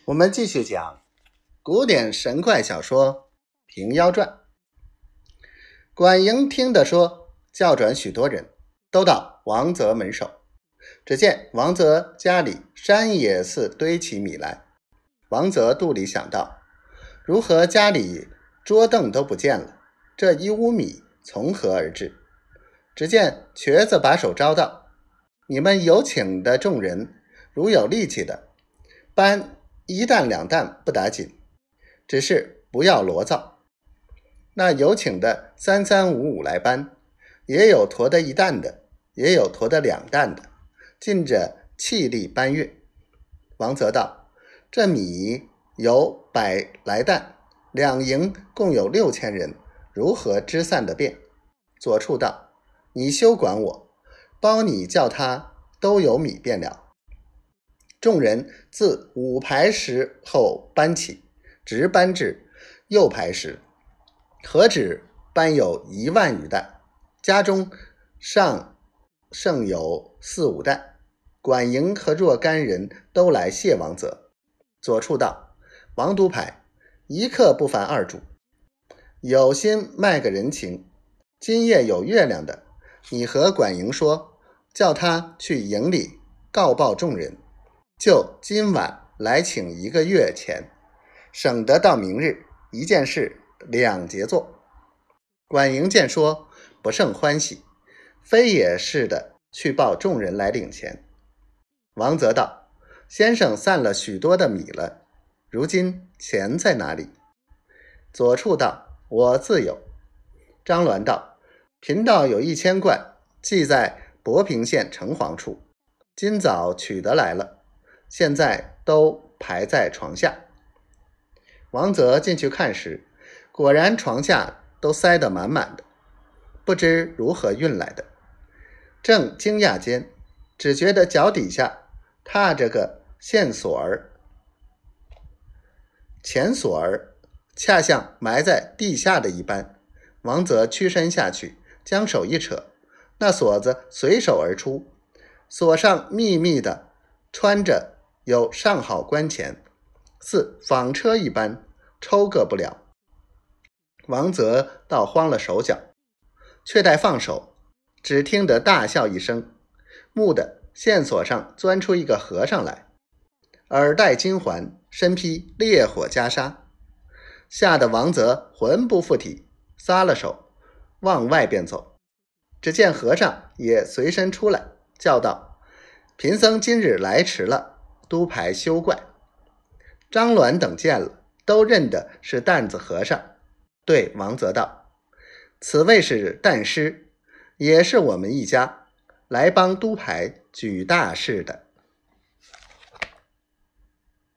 我们继续讲古典神怪小说《平妖传》。管营听得说，叫转许多人，都到王泽门首。只见王泽家里山野似堆起米来。王泽肚里想到，如何家里桌凳都不见了，这一屋米从何而至？只见瘸子把手招道：你们有请的众人，如有力气的，搬一担两担不打紧，只是不要罗造。那有请的三三五五来搬，也有驮的一担的，也有驮的两担的，尽着气力搬运。王泽道：这米有100来担，两营共有6000人，如何支散得便？左处道：你休管我，包你叫他都有米便了。众人自5排时后搬起，直搬至右排时，何止搬有1万余担，家中尚剩有4、5担。管营和若干人都来谢王泽。左处道：王督牌一刻不烦二主，有心卖个人情，今夜有月亮的，你和管营说，叫他去营里告报众人，就今晚来请1个月钱，省得到明日一件事2节做。管营见说，不胜欢喜，非也是的去报众人来领钱。王泽道：先生散了许多的米了，如今钱在哪里？左处道：我自有。张鸾道：贫道有1000贯，寄在博平县城隍处，今早取得来了，现在都排在床下。王泽进去看时，果然床下都塞得满满的，不知如何运来的。正惊讶间，只觉得脚底下踏着个线索儿、钱锁儿，恰像埋在地下的一般。王泽屈身下去，将手一扯，那锁子随手而出，锁上密密的穿着有上好关钱，似纺车一般，抽个不了。王泽倒慌了手脚，却待放手，只听得大笑一声，蓦地线索上钻出一个和尚来，耳戴金环，身披烈火袈裟，吓得王泽魂不附体，撒了手，往外便走。只见和尚也随身出来，叫道：贫僧今日来迟了，督牌休怪。张鸾等见了，都认得是担子和尚，对王泽道：此位是担师，也是我们一家，来帮督牌举大事的。